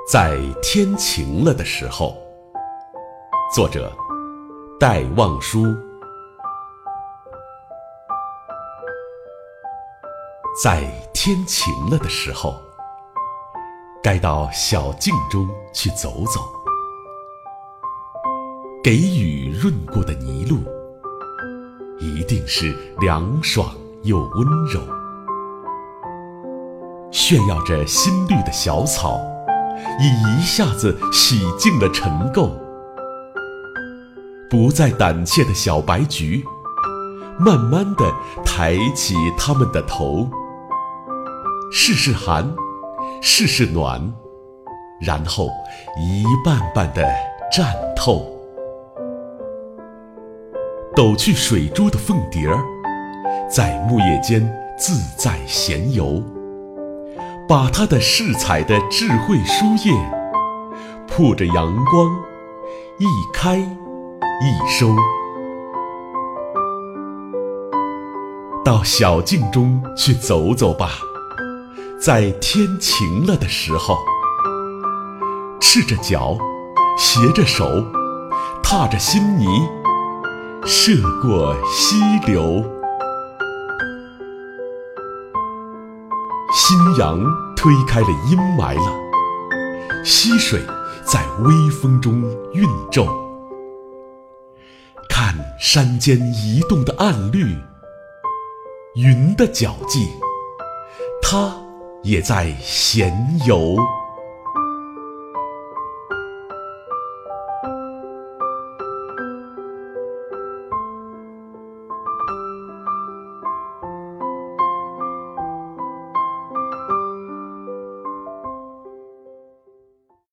在天晴了的时候，作者戴望舒。在天晴了的时候，该到小径中去走走，给雨润过的泥路，一定是凉爽又温柔。炫耀着新绿的小草，已一下子洗净了尘垢。不再胆怯的小白菊，慢慢地抬起它们的头，试试寒，试试暖，然后一瓣瓣地绽透。抖去水珠的凤蝶儿，在木叶间自在闲游，把它的饰彩的智慧书页，铺着阳光，一开一收。到小径中去走走吧，在天晴了的时候，赤着脚，携着手，踏着新泥，涉过溪流。新阳推开了阴霾了，溪水在微风中晕皱。看山间移动的暗绿，云的脚迹，它也在闲游。